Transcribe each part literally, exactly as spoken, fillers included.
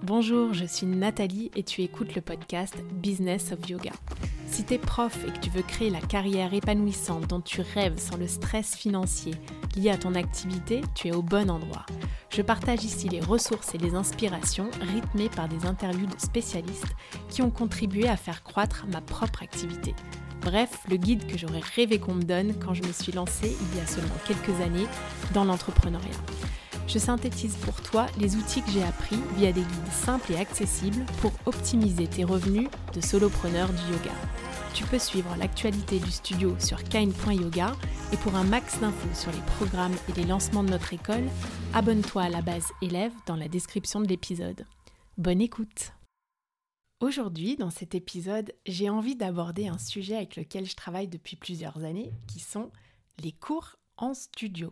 Bonjour, je suis Nathalie et tu écoutes le podcast Business of Yoga. Si t'es prof et que tu veux créer la carrière épanouissante dont tu rêves sans le stress financier lié à ton activité, tu es au bon endroit. Je partage ici les ressources et les inspirations rythmées par des interviews de spécialistes qui ont contribué à faire croître ma propre activité. Bref, le guide que j'aurais rêvé qu'on me donne quand je me suis lancée il y a seulement quelques années dans l'entrepreneuriat. Je synthétise pour toi les outils que j'ai appris via des guides simples et accessibles pour optimiser tes revenus de solopreneur du yoga. Tu peux suivre l'actualité du studio sur kain point yoga et pour un max d'infos sur les programmes et les lancements de notre école, abonne-toi à la base élève dans la description de l'épisode. Bonne écoute! Aujourd'hui, dans cet épisode, j'ai envie d'aborder un sujet avec lequel je travaille depuis plusieurs années, qui sont les cours en studio.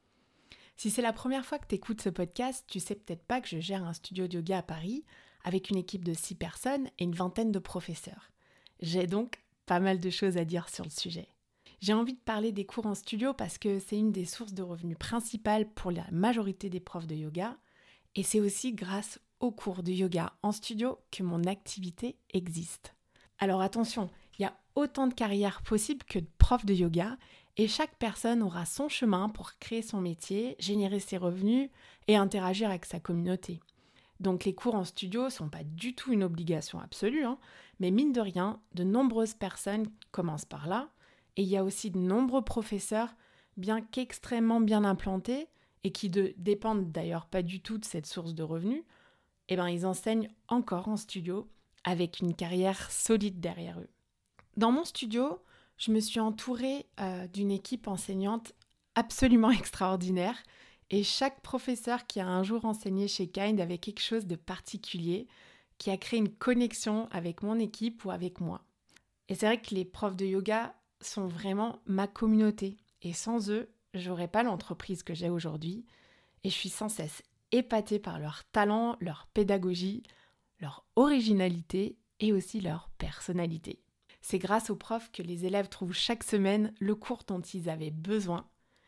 Si c'est la première fois que tu écoutes ce podcast, tu sais peut-être pas que je gère un studio de yoga à Paris avec une équipe de six personnes et une vingtaine de professeurs. J'ai donc pas mal de choses à dire sur le sujet. J'ai envie de parler des cours en studio parce que c'est une des sources de revenus principales pour la majorité des profs de yoga et c'est aussi grâce aux cours de yoga en studio que mon activité existe. Alors attention, il y a autant de carrières possibles que de profs de yoga et chaque personne aura son chemin pour créer son métier, générer ses revenus et interagir avec sa communauté. Donc les cours en studio ne sont pas du tout une obligation absolue, hein, mais mine de rien, de nombreuses personnes commencent par là et il y a aussi de nombreux professeurs, bien qu'extrêmement bien implantés et qui ne dépendent d'ailleurs pas du tout de cette source de revenus, eh ben, ils enseignent encore en studio avec une carrière solide derrière eux. Dans mon studio, je me suis entourée euh, d'une équipe enseignante absolument extraordinaire et chaque professeur qui a un jour enseigné chez Kind avait quelque chose de particulier qui a créé une connexion avec mon équipe ou avec moi. Et c'est vrai que les profs de yoga sont vraiment ma communauté et sans eux, j'aurais pas l'entreprise que j'ai aujourd'hui et je suis sans cesse épatée par leur talent, leur pédagogie, leur originalité et aussi leur personnalité. C'est grâce aux profs que les élèves trouvent chaque semaine le cours dont ils avaient besoin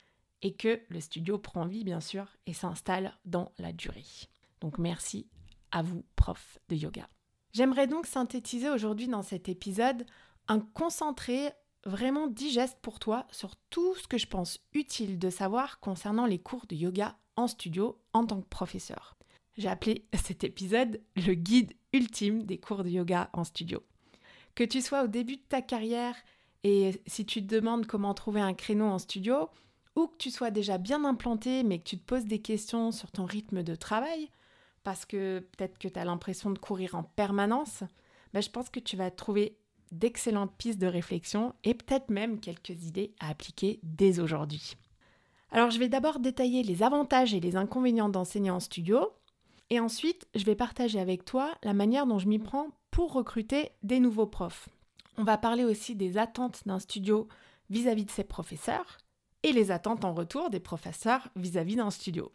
et que le studio prend vie, bien sûr, et s'installe dans la durée. Donc merci à vous, profs de yoga. J'aimerais donc synthétiser aujourd'hui dans cet épisode un concentré vraiment digeste pour toi sur tout ce que je pense utile de savoir concernant les cours de yoga en studio en tant que professeur. J'ai appelé cet épisode le guide ultime des cours de yoga en studio. Que tu sois au début de ta carrière et si tu te demandes comment trouver un créneau en studio, ou que tu sois déjà bien implanté mais que tu te poses des questions sur ton rythme de travail, parce que peut-être que tu as l'impression de courir en permanence, ben je pense que tu vas trouver d'excellentes pistes de réflexion et peut-être même quelques idées à appliquer dès aujourd'hui. Alors je vais d'abord détailler les avantages et les inconvénients d'enseigner en studio, et ensuite je vais partager avec toi la manière dont je m'y prends pour recruter des nouveaux profs. On va parler aussi des attentes d'un studio vis-à-vis de ses professeurs et les attentes en retour des professeurs vis-à-vis d'un studio.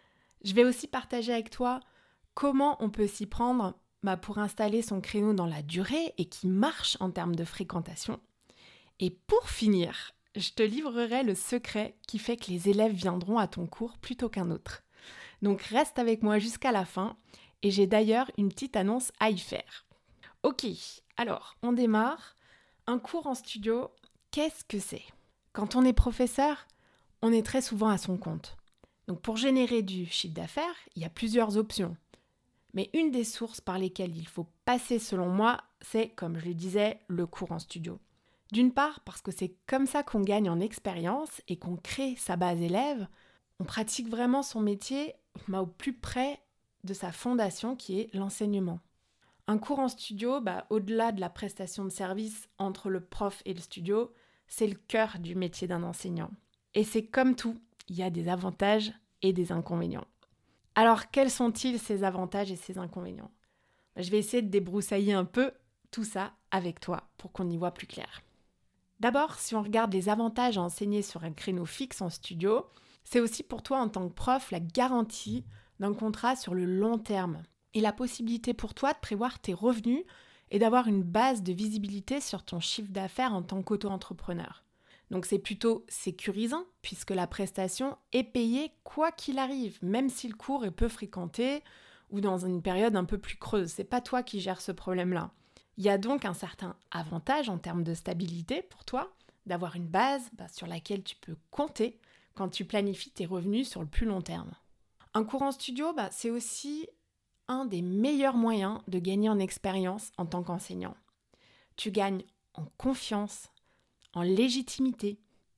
Je vais aussi partager avec toi comment on peut s'y prendre bah, pour installer son créneau dans la durée et qui marche en termes de fréquentation. Et pour finir, je te livrerai le secret qui fait que les élèves viendront à ton cours plutôt qu'un autre. Donc reste avec moi jusqu'à la fin et j'ai d'ailleurs une petite annonce à y faire. Ok, alors on démarre. Un cours en studio, qu'est-ce que c'est ? Quand on est professeur, on est très souvent à son compte. Donc pour générer du chiffre d'affaires, il y a plusieurs options. Mais une des sources par lesquelles il faut passer selon moi, c'est, comme je le disais, le cours en studio. D'une part, parce que c'est comme ça qu'on gagne en expérience et qu'on crée sa base élève, on pratique vraiment son métier bah, au plus près de sa fondation qui est l'enseignement. Un cours en studio, bah, au-delà de la prestation de service entre le prof et le studio, c'est le cœur du métier d'un enseignant. Et c'est comme tout, il y a des avantages et des inconvénients. Alors, quels sont-ils ces avantages et ces inconvénients ? bah, Je vais essayer de débroussailler un peu tout ça avec toi pour qu'on y voit plus clair. D'abord, si on regarde les avantages à enseigner sur un créneau fixe en studio, c'est aussi pour toi en tant que prof la garantie d'un contrat sur le long terme et la possibilité pour toi de prévoir tes revenus et d'avoir une base de visibilité sur ton chiffre d'affaires en tant qu'auto-entrepreneur. Donc c'est plutôt sécurisant puisque la prestation est payée quoi qu'il arrive, même si le cours est peu fréquenté ou dans une période un peu plus creuse. C'est pas toi qui gères ce problème-là. Il y a donc un certain avantage en termes de stabilité pour toi d'avoir une base bah, sur laquelle tu peux compter quand tu planifies tes revenus sur le plus long terme. Un cours en studio, bah, c'est aussi un des meilleurs moyens de gagner en expérience en tant qu'enseignant. Tu gagnes en confiance, en légitimité.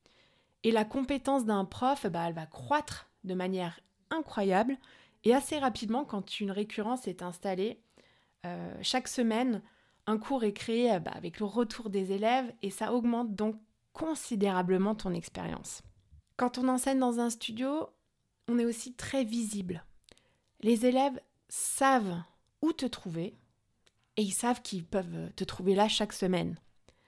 Et la compétence d'un prof, bah, elle va croître de manière incroyable et assez rapidement quand une récurrence est installée. Euh, chaque semaine, un cours est créé bah, avec le retour des élèves et ça augmente donc considérablement ton expérience. Quand on enseigne dans un studio, on est aussi très visible. Les élèves savent où te trouver et ils savent qu'ils peuvent te trouver là chaque semaine.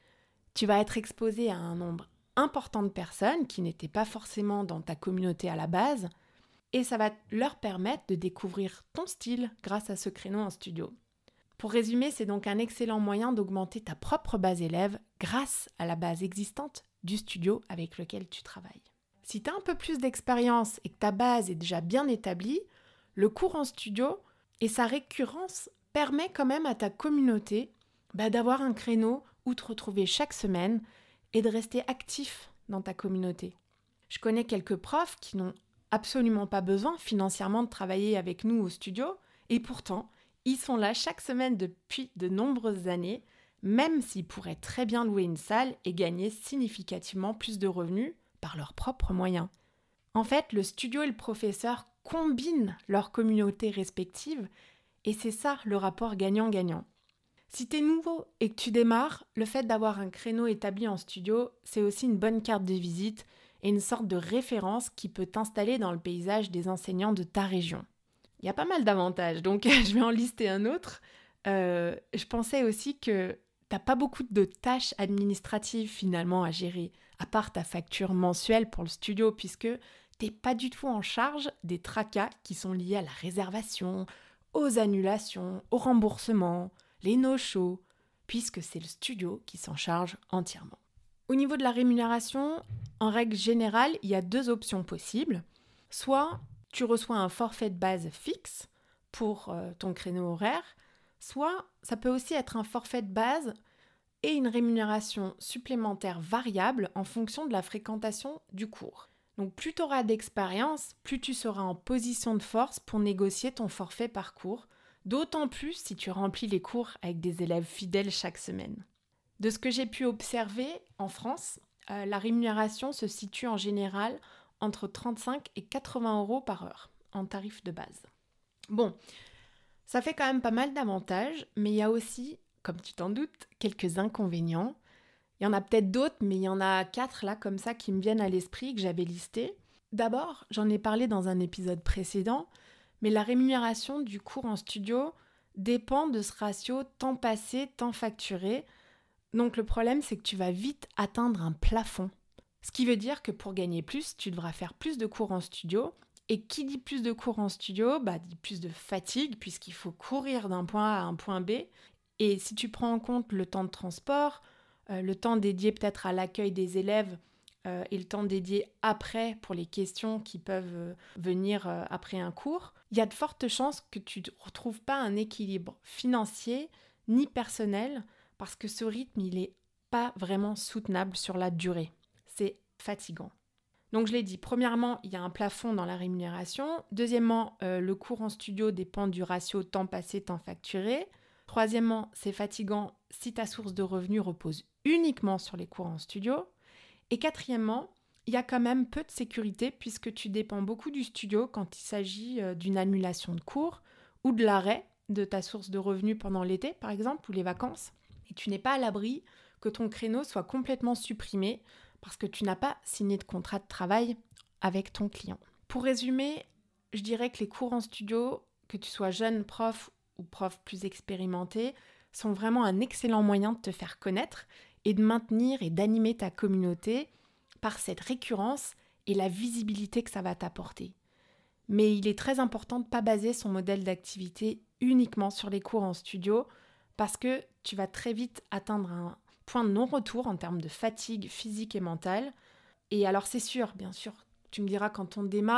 Tu vas être exposé à un nombre important de personnes qui n'étaient pas forcément dans ta communauté à la base et ça va leur permettre de découvrir ton style grâce à ce créneau en studio. Pour résumer, c'est donc un excellent moyen d'augmenter ta propre base élève grâce à la base existante du studio avec lequel tu travailles. Si tu as un peu plus d'expérience et que ta base est déjà bien établie, le cours en studio et sa récurrence permet quand même à ta communauté bah, d'avoir un créneau où te retrouver chaque semaine et de rester actif dans ta communauté. Je connais quelques profs qui n'ont absolument pas besoin financièrement de travailler avec nous au studio et pourtant, ils sont là chaque semaine depuis de nombreuses années, même s'ils pourraient très bien louer une salle et gagner significativement plus de revenus par leurs propres moyens. En fait, le studio et le professeur combinent leurs communautés respectives et c'est ça le rapport gagnant-gagnant. Si tu es nouveau et que tu démarres, le fait d'avoir un créneau établi en studio, c'est aussi une bonne carte de visite et une sorte de référence qui peut t'installer dans le paysage des enseignants de ta région. Il y a pas mal d'avantages, donc je vais en lister un autre. Euh, je pensais aussi que t'as pas beaucoup de tâches administratives finalement à gérer, à part ta facture mensuelle pour le studio, puisque t'es pas du tout en charge des tracas qui sont liés à la réservation, aux annulations, au remboursement, les no-shows, puisque c'est le studio qui s'en charge entièrement. Au niveau de la rémunération, en règle générale, il y a deux options possibles. Soit tu reçois un forfait de base fixe pour euh, ton créneau horaire, soit ça peut aussi être un forfait de base et une rémunération supplémentaire variable en fonction de la fréquentation du cours. Donc plus tu auras d'expérience, plus tu seras en position de force pour négocier ton forfait par cours, d'autant plus si tu remplis les cours avec des élèves fidèles chaque semaine. De ce que j'ai pu observer en France, euh, la rémunération se situe en général entre trente-cinq et quatre-vingts euros par heure en tarif de base. Bon, ça fait quand même pas mal d'avantages, mais il y a aussi, comme tu t'en doutes, quelques inconvénients. Il y en a peut-être d'autres, mais il y en a quatre là comme ça qui me viennent à l'esprit que j'avais listés. D'abord, j'en ai parlé dans un épisode précédent, mais la rémunération du cours en studio dépend de ce ratio temps passé, temps facturé. Donc le problème, c'est que tu vas vite atteindre un plafond. Ce qui veut dire que pour gagner plus, tu devras faire plus de cours en studio. Et qui dit plus de cours en studio, bah, dit plus de fatigue, puisqu'il faut courir d'un point A à un point B. Et si tu prends en compte le temps de transport, euh, le temps dédié peut-être à l'accueil des élèves euh, et le temps dédié après pour les questions qui peuvent euh, venir euh, après un cours, il y a de fortes chances que tu ne retrouves pas un équilibre financier ni personnel, parce que ce rythme, il n'est pas vraiment soutenable sur la durée. C'est fatigant. Donc je l'ai dit, premièrement, il y a un plafond dans la rémunération. Deuxièmement, euh, le cours en studio dépend du ratio temps passé, temps facturé. Troisièmement, c'est fatigant si ta source de revenus repose uniquement sur les cours en studio. Et quatrièmement, il y a quand même peu de sécurité puisque tu dépends beaucoup du studio quand il s'agit euh, d'une annulation de cours ou de l'arrêt de ta source de revenus pendant l'été, par exemple, ou les vacances. Et tu n'es pas à l'abri que ton créneau soit complètement supprimé parce que tu n'as pas signé de contrat de travail avec ton client. Pour résumer, je dirais que les cours en studio, que tu sois jeune prof ou prof plus expérimenté, sont vraiment un excellent moyen de te faire connaître et de maintenir et d'animer ta communauté par cette récurrence et la visibilité que ça va t'apporter. Mais il est très important de ne pas baser son modèle d'activité uniquement sur les cours en studio parce que tu vas très vite atteindre un point de non-retour en termes de fatigue physique et mentale. Et alors c'est sûr, bien sûr, tu me diras quand on démarre,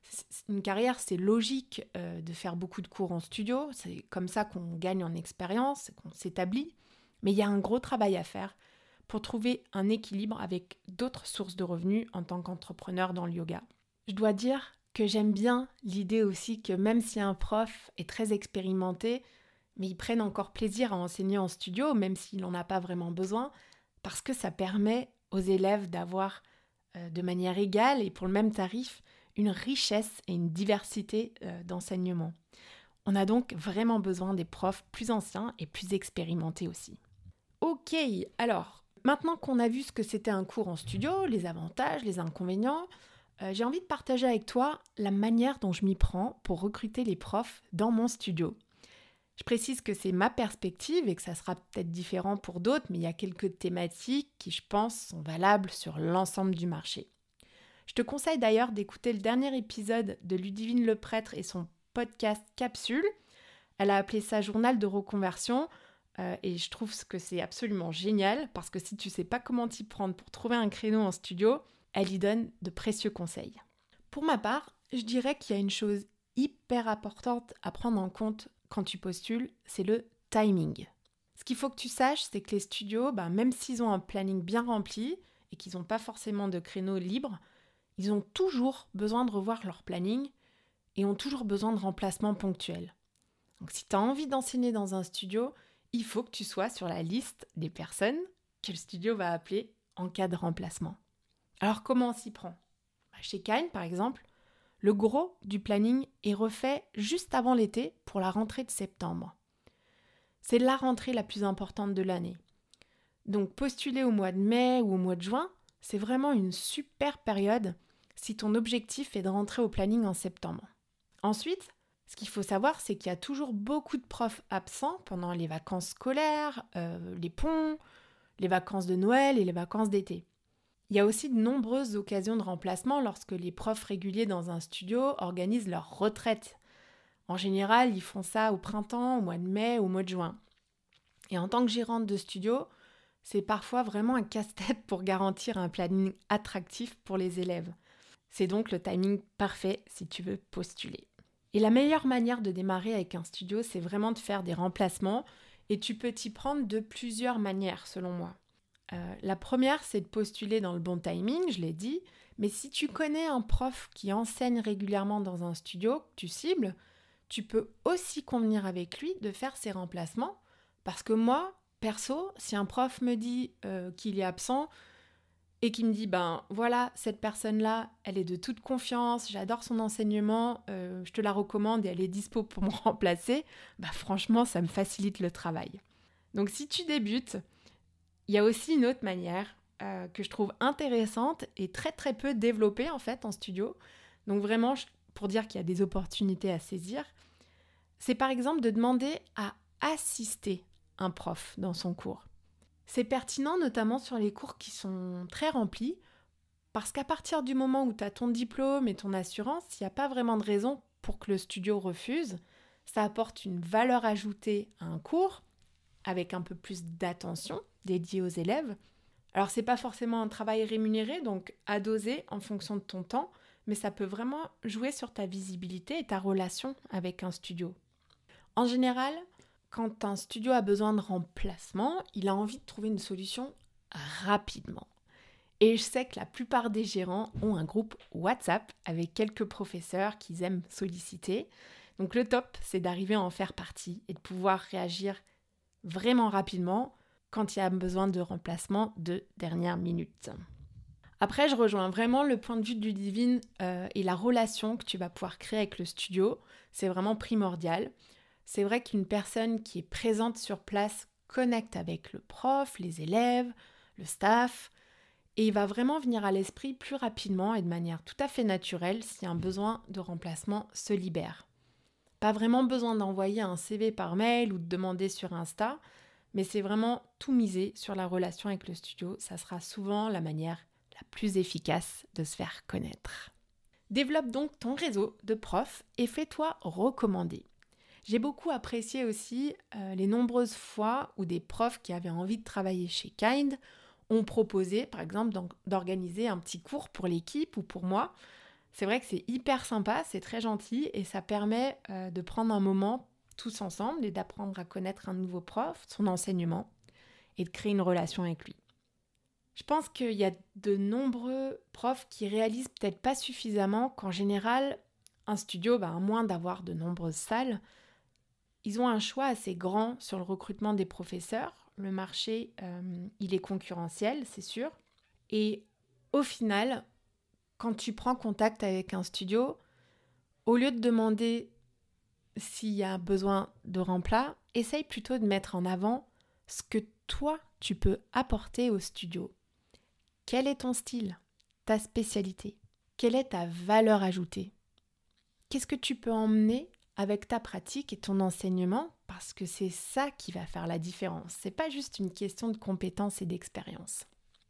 c'est une carrière, c'est logique euh, de faire beaucoup de cours en studio, c'est comme ça qu'on gagne en expérience, qu'on s'établit, mais il y a un gros travail à faire pour trouver un équilibre avec d'autres sources de revenus en tant qu'entrepreneur dans le yoga. Je dois dire que j'aime bien l'idée aussi que même si un prof est très expérimenté, mais il prenne encore plaisir à enseigner en studio, même s'il n'en a pas vraiment besoin, parce que ça permet aux élèves d'avoir euh, de manière égale et pour le même tarif une richesse et une diversité euh, d'enseignement. On a donc vraiment besoin des profs plus anciens et plus expérimentés aussi. Ok, alors, maintenant qu'on a vu ce que c'était un cours en studio, les avantages, les inconvénients, euh, j'ai envie de partager avec toi la manière dont je m'y prends pour recruter les profs dans mon studio. Je précise que c'est ma perspective et que ça sera peut-être différent pour d'autres, mais il y a quelques thématiques qui, je pense, sont valables sur l'ensemble du marché. Je te conseille d'ailleurs d'écouter le dernier épisode de Ludivine Leprêtre et son podcast Capsule. Elle a appelé ça Journal de reconversion euh, et je trouve que c'est absolument génial parce que si tu ne sais pas comment t'y prendre pour trouver un créneau en studio, elle y donne de précieux conseils. Pour ma part, je dirais qu'il y a une chose hyper importante à prendre en compte quand tu postules, c'est le timing. Ce qu'il faut que tu saches, c'est que les studios, bah, même s'ils ont un planning bien rempli et qu'ils n'ont pas forcément de créneaux libres, ils ont toujours besoin de revoir leur planning et ont toujours besoin de remplacements ponctuels. Donc si tu as envie d'enseigner dans un studio, il faut que tu sois sur la liste des personnes que le studio va appeler en cas de remplacement. Alors comment on s'y prend ? bah, Chez Kind, par exemple, le gros du planning est refait juste avant l'été pour la rentrée de septembre. C'est la rentrée la plus importante de l'année. Donc postuler au mois de mai ou au mois de juin, c'est vraiment une super période si ton objectif est de rentrer au planning en septembre. Ensuite, ce qu'il faut savoir, c'est qu'il y a toujours beaucoup de profs absents pendant les vacances scolaires, euh, les ponts, les vacances de Noël et les vacances d'été. Il y a aussi de nombreuses occasions de remplacement lorsque les profs réguliers dans un studio organisent leur retraite. En général, ils font ça au printemps, au mois de mai, au mois de juin. Et en tant que gérante de studio, c'est parfois vraiment un casse-tête pour garantir un planning attractif pour les élèves. C'est donc le timing parfait si tu veux postuler. Et la meilleure manière de démarrer avec un studio, c'est vraiment de faire des remplacements et tu peux t'y prendre de plusieurs manières selon moi. Euh, la première, c'est de postuler dans le bon timing, je l'ai dit, mais si tu connais un prof qui enseigne régulièrement dans un studio que tu cibles, tu peux aussi convenir avec lui de faire ses remplacements parce que moi, perso, si un prof me dit euh, qu'il est absent et qu'il me dit, ben voilà, cette personne-là, elle est de toute confiance, j'adore son enseignement, euh, je te la recommande et elle est dispo pour me remplacer, bah franchement, ça me facilite le travail. Donc si tu débutes, il y a aussi une autre manière euh, que je trouve intéressante et très très peu développée en fait en studio. Donc vraiment, je, pour dire qu'il y a des opportunités à saisir, c'est par exemple de demander à assister un prof dans son cours. C'est pertinent notamment sur les cours qui sont très remplis parce qu'à partir du moment où tu as ton diplôme et ton assurance, il n'y a pas vraiment de raison pour que le studio refuse. Ça apporte une valeur ajoutée à un cours avec un peu plus d'attention dédiée aux élèves. Alors c'est pas forcément un travail rémunéré, donc à doser en fonction de ton temps, mais ça peut vraiment jouer sur ta visibilité et ta relation avec un studio. En général, quand un studio a besoin de remplacement, il a envie de trouver une solution rapidement. Et je sais que la plupart des gérants ont un groupe WhatsApp avec quelques professeurs qu'ils aiment solliciter. Donc le top, c'est d'arriver à en faire partie et de pouvoir réagir vraiment rapidement quand il y a besoin de remplacement de dernière minute. Après, je rejoins vraiment le point de vue de Ludivine euh, et la relation que tu vas pouvoir créer avec le studio. C'est vraiment primordial. C'est vrai qu'une personne qui est présente sur place connecte avec le prof, les élèves, le staff, et il va vraiment venir à l'esprit plus rapidement et de manière tout à fait naturelle si un besoin de remplacement se libère. Pas vraiment besoin d'envoyer un C V par mail ou de demander sur Insta, mais c'est vraiment tout miser sur la relation avec le studio. Ça sera souvent la manière la plus efficace de se faire connaître. Développe donc ton réseau de profs et fais-toi recommander. J'ai beaucoup apprécié aussi euh, les nombreuses fois où des profs qui avaient envie de travailler chez Kind ont proposé, par exemple, d'organiser un petit cours pour l'équipe ou pour moi. C'est vrai que c'est hyper sympa, c'est très gentil et ça permet euh, de prendre un moment tous ensemble et d'apprendre à connaître un nouveau prof, son enseignement et de créer une relation avec lui. Je pense qu'il y a de nombreux profs qui réalisent peut-être pas suffisamment qu'en général, un studio, bah, à moins d'avoir de nombreuses salles, ils ont un choix assez grand sur le recrutement des professeurs. Le marché, euh, il est concurrentiel, c'est sûr. Et au final, quand tu prends contact avec un studio, au lieu de demander s'il y a besoin de remplat, essaye plutôt de mettre en avant ce que toi, tu peux apporter au studio. Quel est ton style, ta spécialité? Quelle est ta valeur ajoutée? Qu'est-ce que tu peux emmener avec ta pratique et ton enseignement? Parce que c'est ça qui va faire la différence. C'est pas juste une question de compétences et d'expérience.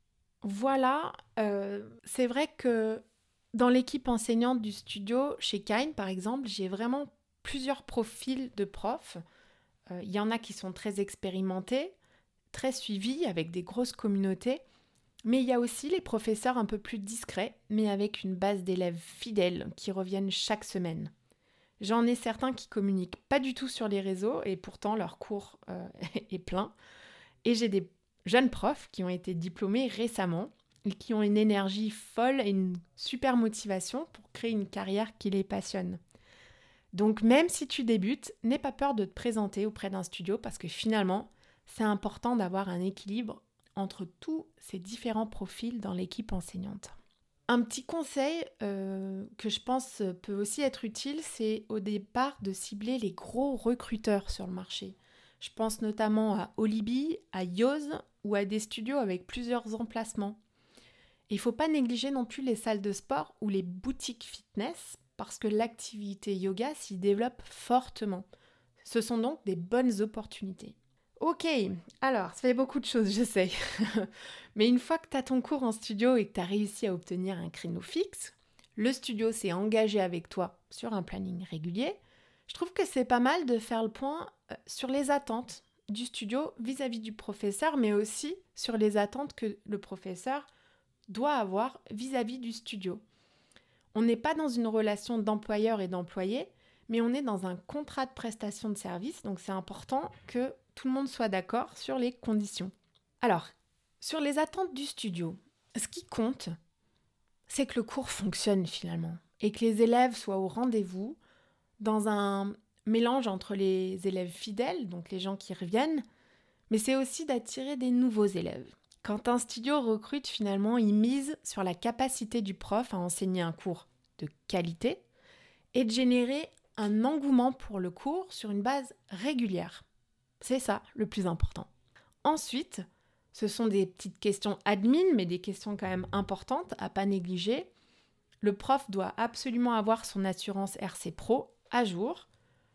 Voilà, euh, c'est vrai que dans l'équipe enseignante du studio, chez Kind par exemple, j'ai vraiment plusieurs profils de profs. Il euh, y en a qui sont très expérimentés, très suivis, avec des grosses communautés. Mais il y a aussi les professeurs un peu plus discrets, mais avec une base d'élèves fidèles qui reviennent chaque semaine. J'en ai certains qui communiquent pas du tout sur les réseaux et pourtant leur cours euh, est plein. Et j'ai des jeunes profs qui ont été diplômés récemment et qui ont une énergie folle et une super motivation pour créer une carrière qui les passionne. Donc même si tu débutes, n'aie pas peur de te présenter auprès d'un studio parce que finalement, c'est important d'avoir un équilibre entre tous ces différents profils dans l'équipe enseignante. Un petit conseil euh, que je pense peut aussi être utile, c'est au départ de cibler les gros recruteurs sur le marché. Je pense notamment à Olibi, à Yoz ou à des studios avec plusieurs emplacements. Il ne faut pas négliger non plus les salles de sport ou les boutiques fitness parce que l'activité yoga s'y développe fortement. Ce sont donc des bonnes opportunités. Ok, alors, ça fait beaucoup de choses, je sais. Mais une fois que tu as ton cours en studio et que tu as réussi à obtenir un créneau fixe, le studio s'est engagé avec toi sur un planning régulier, je trouve que c'est pas mal de faire le point sur les attentes du studio vis-à-vis du professeur, mais aussi sur les attentes que le professeur doit avoir vis-à-vis du studio. On n'est pas dans une relation d'employeur et d'employé, mais on est dans un contrat de prestation de service, donc c'est important que tout le monde soit d'accord sur les conditions. Alors, sur les attentes du studio, ce qui compte, c'est que le cours fonctionne finalement et que les élèves soient au rendez-vous dans un mélange entre les élèves fidèles, donc les gens qui reviennent, mais c'est aussi d'attirer des nouveaux élèves. Quand un studio recrute, finalement, il mise sur la capacité du prof à enseigner un cours de qualité et de générer un engouement pour le cours sur une base régulière. C'est ça le plus important. Ensuite, ce sont des petites questions admin, mais des questions quand même importantes à pas négliger. Le prof doit absolument avoir son assurance R C Pro à jour,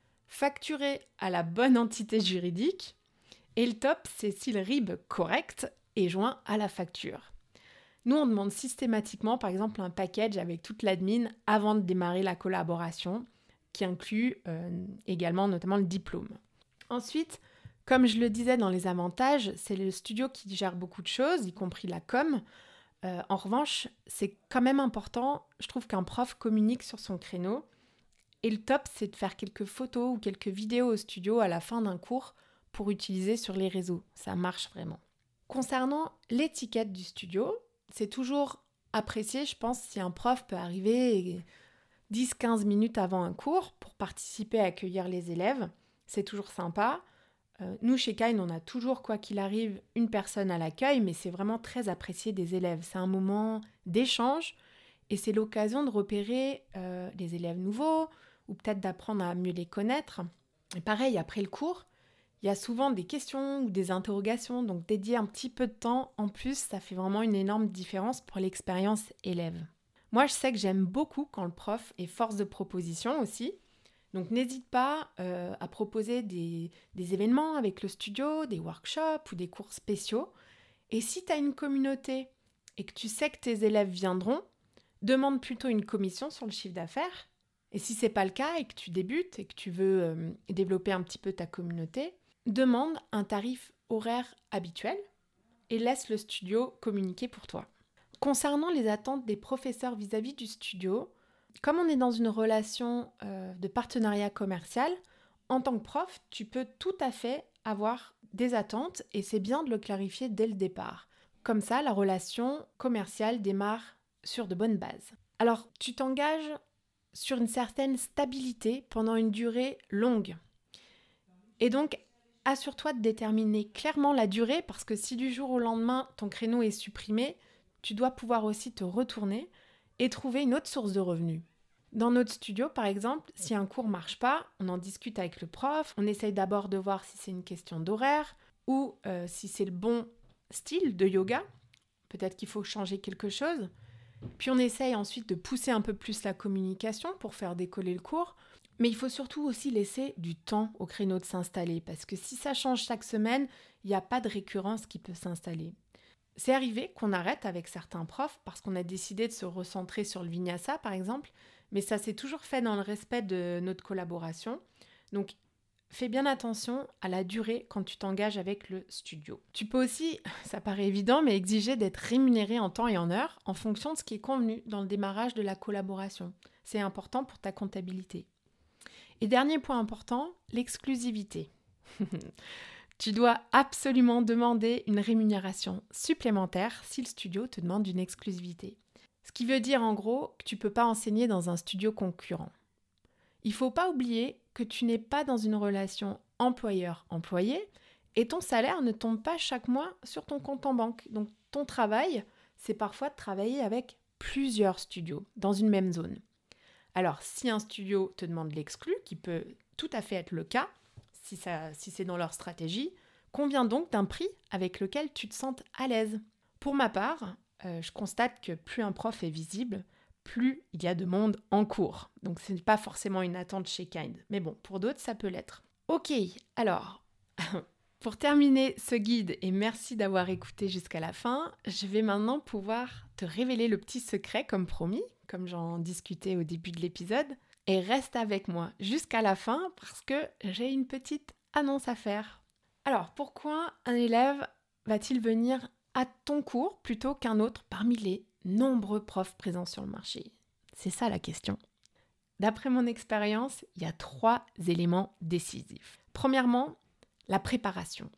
facturé à la bonne entité juridique, et le top, c'est si le R I B correct est joint à la facture. Nous, on demande systématiquement, par exemple, un package avec toute l'admin avant de démarrer la collaboration, qui inclut euh, également notamment le diplôme. Ensuite, comme je le disais dans les avantages, c'est le studio qui gère beaucoup de choses, y compris la com. Euh, en revanche, c'est quand même important, je trouve, qu'un prof communique sur son créneau. Et le top, c'est de faire quelques photos ou quelques vidéos au studio à la fin d'un cours pour utiliser sur les réseaux. Ça marche vraiment. Concernant l'étiquette du studio, c'est toujours apprécié, je pense, si un prof peut arriver dix à quinze minutes avant un cours pour participer à accueillir les élèves. C'est toujours sympa. Euh, nous, chez Kind, on a toujours, quoi qu'il arrive, une personne à l'accueil, mais c'est vraiment très apprécié des élèves. C'est un moment d'échange et c'est l'occasion de repérer euh, les élèves nouveaux ou peut-être d'apprendre à mieux les connaître. Et pareil, après le cours, il y a souvent des questions ou des interrogations, donc dédier un petit peu de temps en plus, ça fait vraiment une énorme différence pour l'expérience élève. Moi, je sais que j'aime beaucoup quand le prof est force de proposition aussi. Donc n'hésite pas euh, à proposer des, des événements avec le studio, des workshops ou des cours spéciaux. Et si tu as une communauté et que tu sais que tes élèves viendront, demande plutôt une commission sur le chiffre d'affaires. Et si ce n'est pas le cas et que tu débutes et que tu veux euh, développer un petit peu ta communauté, demande un tarif horaire habituel et laisse le studio communiquer pour toi. Concernant les attentes des professeurs vis-à-vis du studio, Comme on est dans une relation euh, de partenariat commercial, en tant que prof, tu peux tout à fait avoir des attentes et c'est bien de le clarifier dès le départ. Comme ça, la relation commerciale démarre sur de bonnes bases. Alors, tu t'engages sur une certaine stabilité pendant une durée longue. Et donc, assure-toi de déterminer clairement la durée parce que si du jour au lendemain, ton créneau est supprimé, tu dois pouvoir aussi te retourner et trouver une autre source de revenus. Dans notre studio, par exemple, si un cours ne marche pas, on en discute avec le prof, on essaye d'abord de voir si c'est une question d'horaire ou euh, si c'est le bon style de yoga. Peut-être qu'il faut changer quelque chose. Puis on essaye ensuite de pousser un peu plus la communication pour faire décoller le cours. Mais il faut surtout aussi laisser du temps au créneau de s'installer parce que si ça change chaque semaine, il n'y a pas de récurrence qui peut s'installer. C'est arrivé qu'on arrête avec certains profs parce qu'on a décidé de se recentrer sur le vinyasa par exemple, mais ça s'est toujours fait dans le respect de notre collaboration. Donc fais bien attention à la durée quand tu t'engages avec le studio. Tu peux aussi, ça paraît évident, mais exiger d'être rémunéré en temps et en heure en fonction de ce qui est convenu dans le démarrage de la collaboration. C'est important pour ta comptabilité. Et dernier point important, l'exclusivité. Tu dois absolument demander une rémunération supplémentaire si le studio te demande une exclusivité. Ce qui veut dire en gros que tu ne peux pas enseigner dans un studio concurrent. Il ne faut pas oublier que tu n'es pas dans une relation employeur-employé et ton salaire ne tombe pas chaque mois sur ton compte en banque. Donc ton travail, c'est parfois de travailler avec plusieurs studios dans une même zone. Alors si un studio te demande l'exclu, qui peut tout à fait être le cas, si, ça, si c'est dans leur stratégie, conviens donc d'un prix avec lequel tu te sentes à l'aise. Pour ma part, euh, je constate que plus un prof est visible, plus il y a de monde en cours. Donc ce n'est pas forcément une attente chez Kind. Mais bon, pour d'autres, ça peut l'être. Ok, alors, pour terminer ce guide, et merci d'avoir écouté jusqu'à la fin, je vais maintenant pouvoir te révéler le petit secret comme promis, comme j'en discutais au début de l'épisode. Et reste avec moi jusqu'à la fin parce que j'ai une petite annonce à faire. Alors, pourquoi un élève va-t-il venir à ton cours plutôt qu'un autre parmi les nombreux profs présents sur le marché? C'est ça la question. D'après mon expérience, il y a trois éléments décisifs. Premièrement, la préparation.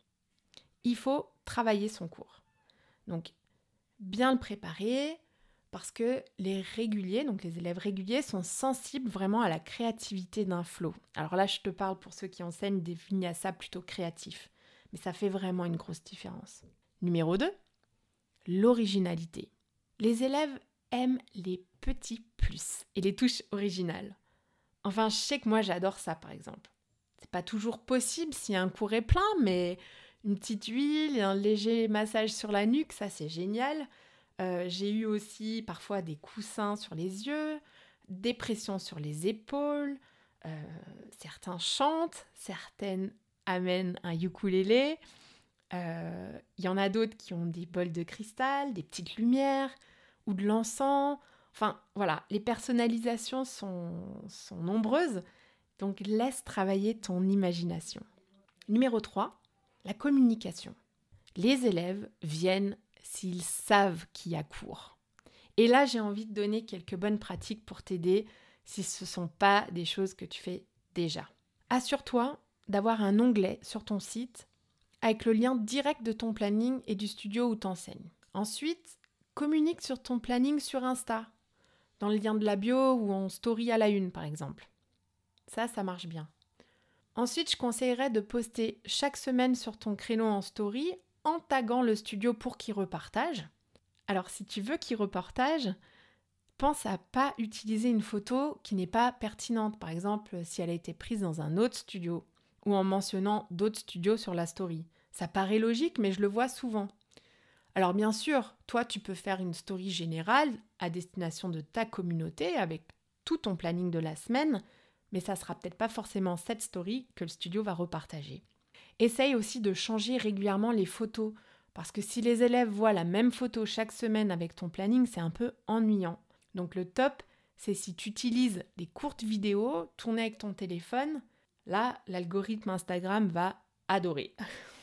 Il faut travailler son cours. Donc, bien le préparer parce que les réguliers, donc les élèves réguliers, sont sensibles vraiment à la créativité d'un flow. Alors là, je te parle pour ceux qui enseignent des vinyasa plutôt créatifs. Mais ça fait vraiment une grosse différence. Numéro deux, l'originalité. Les élèves aiment les petits plus et les touches originales. Enfin, je sais que moi, j'adore ça, par exemple. C'est pas toujours possible si un cours est plein, mais une petite huile, un léger massage sur la nuque, ça, c'est génial. Euh, j'ai eu aussi parfois des coussins sur les yeux, des pressions sur les épaules. Euh, certains chantent, certaines amènent un ukulélé. Il euh, y en a d'autres qui ont des bols de cristal, des petites lumières ou de l'encens. Enfin, voilà, les personnalisations sont, sont nombreuses, donc laisse travailler ton imagination. Numéro trois, la communication. Les élèves viennent s'ils savent qu'il y a cours. Et là, j'ai envie de donner quelques bonnes pratiques pour t'aider si ce ne sont pas des choses que tu fais déjà. Assure-toi d'avoir un onglet sur ton site avec le lien direct de ton planning et du studio où tu enseignes. Ensuite, communique sur ton planning sur Insta, dans le lien de la bio ou en story à la une par exemple. Ça, ça marche bien. Ensuite, je conseillerais de poster chaque semaine sur ton créneau en story en taguant le studio pour qu'il repartage. Alors, si tu veux qu'il repartage, pense à pas utiliser une photo qui n'est pas pertinente. Par exemple, si elle a été prise dans un autre studio ou en mentionnant d'autres studios sur la story. Ça paraît logique, mais je le vois souvent. Alors bien sûr, toi, tu peux faire une story générale à destination de ta communauté avec tout ton planning de la semaine, mais ça sera peut-être pas forcément cette story que le studio va repartager. Essaye aussi de changer régulièrement les photos, parce que si les élèves voient la même photo chaque semaine avec ton planning, c'est un peu ennuyant. Donc le top, c'est si tu utilises des courtes vidéos tournées avec ton téléphone. Là, l'algorithme Instagram va adorer.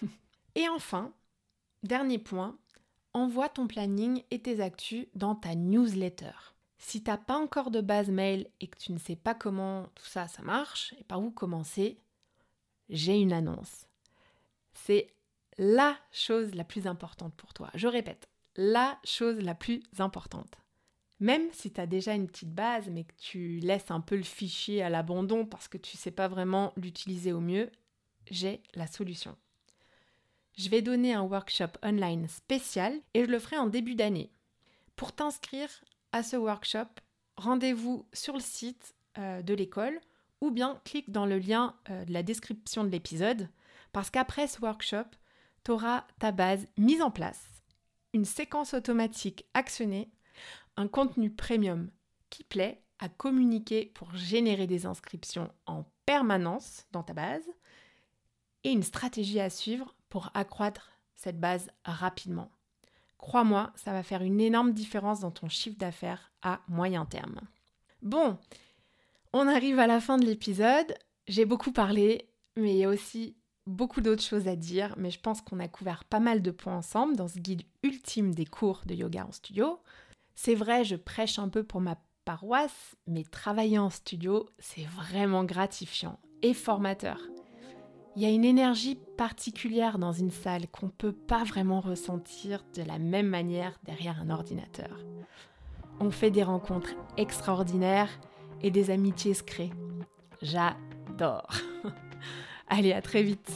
Et enfin, dernier point, envoie ton planning et tes actus dans ta newsletter. Si tu n'as pas encore de base mail et que tu ne sais pas comment tout ça, ça marche et par où commencer, j'ai une annonce. C'est la chose la plus importante pour toi. Je répète, la chose la plus importante. Même si tu as déjà une petite base, mais que tu laisses un peu le fichier à l'abandon parce que tu ne sais pas vraiment l'utiliser au mieux, j'ai la solution. Je vais donner un workshop online spécial et je le ferai en début d'année. Pour t'inscrire à ce workshop, rendez-vous sur le site euh, de l'école ou bien clique dans le lien euh, de la description de l'épisode parce qu'après ce workshop, tu auras ta base mise en place, une séquence automatique actionnée, un contenu premium qui plaît à communiquer pour générer des inscriptions en permanence dans ta base et une stratégie à suivre pour accroître cette base rapidement. Crois-moi, ça va faire une énorme différence dans ton chiffre d'affaires à moyen terme. Bon, on arrive à la fin de l'épisode. J'ai beaucoup parlé, mais il y a aussi beaucoup d'autres choses à dire, mais je pense qu'on a couvert pas mal de points ensemble dans ce guide ultime des cours de yoga en studio. C'est vrai, je prêche un peu pour ma paroisse, mais travailler en studio, c'est vraiment gratifiant et formateur. Il y a une énergie particulière dans une salle qu'on ne peut pas vraiment ressentir de la même manière derrière un ordinateur. On fait des rencontres extraordinaires et des amitiés se créent. J'adore. Allez, à très vite.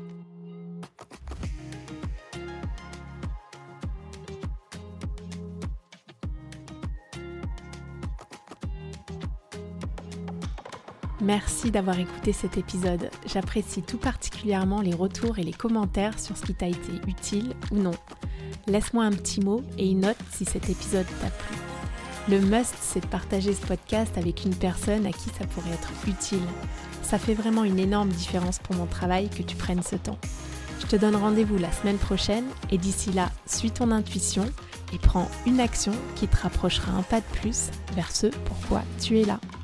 Merci d'avoir écouté cet épisode. J'apprécie tout particulièrement les retours et les commentaires sur ce qui t'a été utile ou non. Laisse-moi un petit mot et une note si cet épisode t'a plu. Le must, c'est de partager ce podcast avec une personne à qui ça pourrait être utile. Ça fait vraiment une énorme différence pour mon travail que tu prennes ce temps. Je te donne rendez-vous la semaine prochaine et d'ici là, suis ton intuition et prends une action qui te rapprochera un pas de plus vers ce pourquoi tu es là.